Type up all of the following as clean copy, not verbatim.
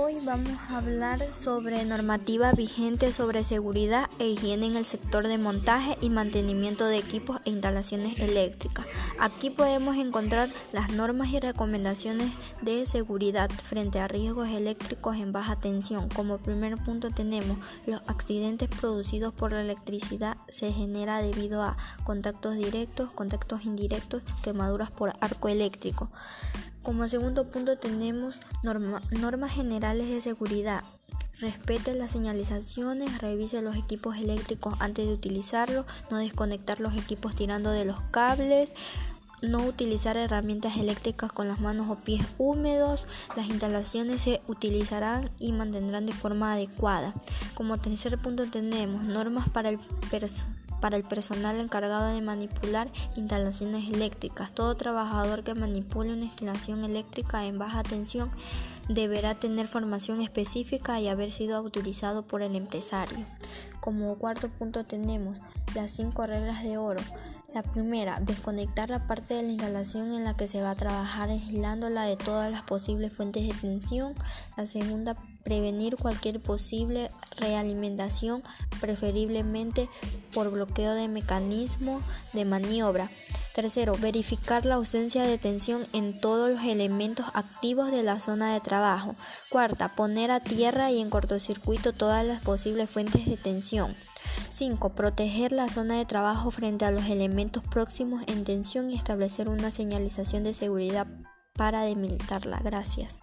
Hoy vamos a hablar sobre normativa vigente sobre seguridad e higiene en el sector de montaje y mantenimiento de equipos e instalaciones eléctricas. Aquí podemos encontrar las normas y recomendaciones de seguridad frente a riesgos eléctricos en baja tensión. Como primer punto tenemos los accidentes producidos por la electricidad se genera debido a contactos directos, contactos indirectos, quemaduras por arco eléctrico. Como segundo punto tenemos normas generales de seguridad. Respete las señalizaciones, revise los equipos eléctricos antes de utilizarlos, no desconectar los equipos tirando de los cables, no utilizar herramientas eléctricas con las manos o pies húmedos. Las instalaciones se utilizarán y mantendrán de forma adecuada. Como tercer punto tenemos normas para el personal encargado de manipular instalaciones eléctricas. Todo trabajador que manipule una instalación eléctrica en baja tensión deberá tener formación específica y haber sido autorizado por el empresario. Como cuarto punto tenemos las 5 reglas de oro. La primera, desconectar la parte de la instalación en la que se va a trabajar aislándola de todas las posibles fuentes de tensión. La segunda, prevenir cualquier posible realimentación, preferiblemente por bloqueo de mecanismo de maniobra. Tercero, verificar la ausencia de tensión en todos los elementos activos de la zona de trabajo. Cuarta, poner a tierra y en cortocircuito todas las posibles fuentes de tensión. 5. Proteger la zona de trabajo frente a los elementos próximos en tensión y establecer una señalización de seguridad para demilitarla. Gracias.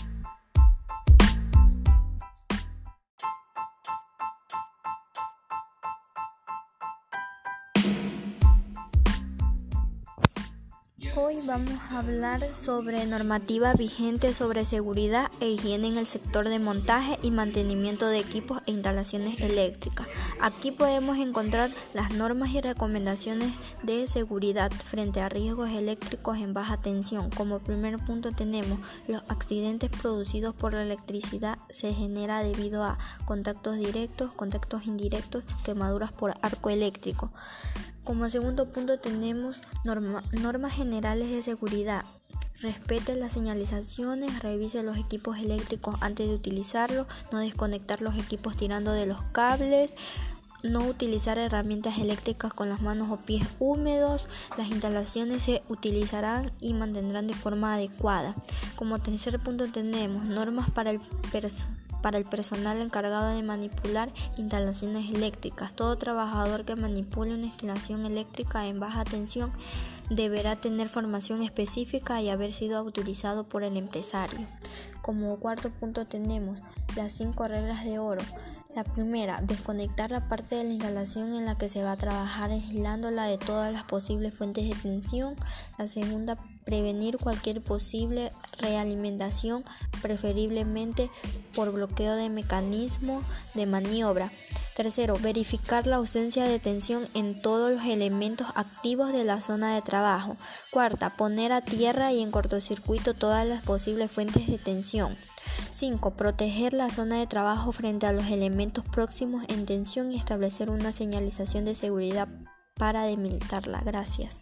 Hoy vamos a hablar sobre normativa vigente sobre seguridad e higiene en el sector de montaje y mantenimiento de equipos e instalaciones eléctricas. Aquí podemos encontrar las normas y recomendaciones de seguridad frente a riesgos eléctricos en baja tensión. Como primer punto tenemos los accidentes producidos por la electricidad se genera debido a contactos directos, contactos indirectos, quemaduras por arco eléctrico. Como segundo punto tenemos normas generales de seguridad. Respete las señalizaciones, revise los equipos eléctricos antes de utilizarlos, no desconectar los equipos tirando de los cables, no utilizar herramientas eléctricas con las manos o pies húmedos. Las instalaciones se utilizarán y mantendrán de forma adecuada. Como tercer punto tenemos normas para el personal encargado de manipular instalaciones eléctricas. Todo trabajador que manipule una instalación eléctrica en baja tensión deberá tener formación específica y haber sido autorizado por el empresario. Como cuarto punto tenemos las 5 reglas de oro. La primera, desconectar la parte de la instalación en la que se va a trabajar aislándola de todas las posibles fuentes de tensión. La segunda, prevenir cualquier posible realimentación, preferiblemente por bloqueo de mecanismo de maniobra. Tercero, verificar la ausencia de tensión en todos los elementos activos de la zona de trabajo. Cuarta, poner a tierra y en cortocircuito todas las posibles fuentes de tensión. 5. Proteger la zona de trabajo frente a los elementos próximos en tensión y establecer una señalización de seguridad para demilitarla. Gracias.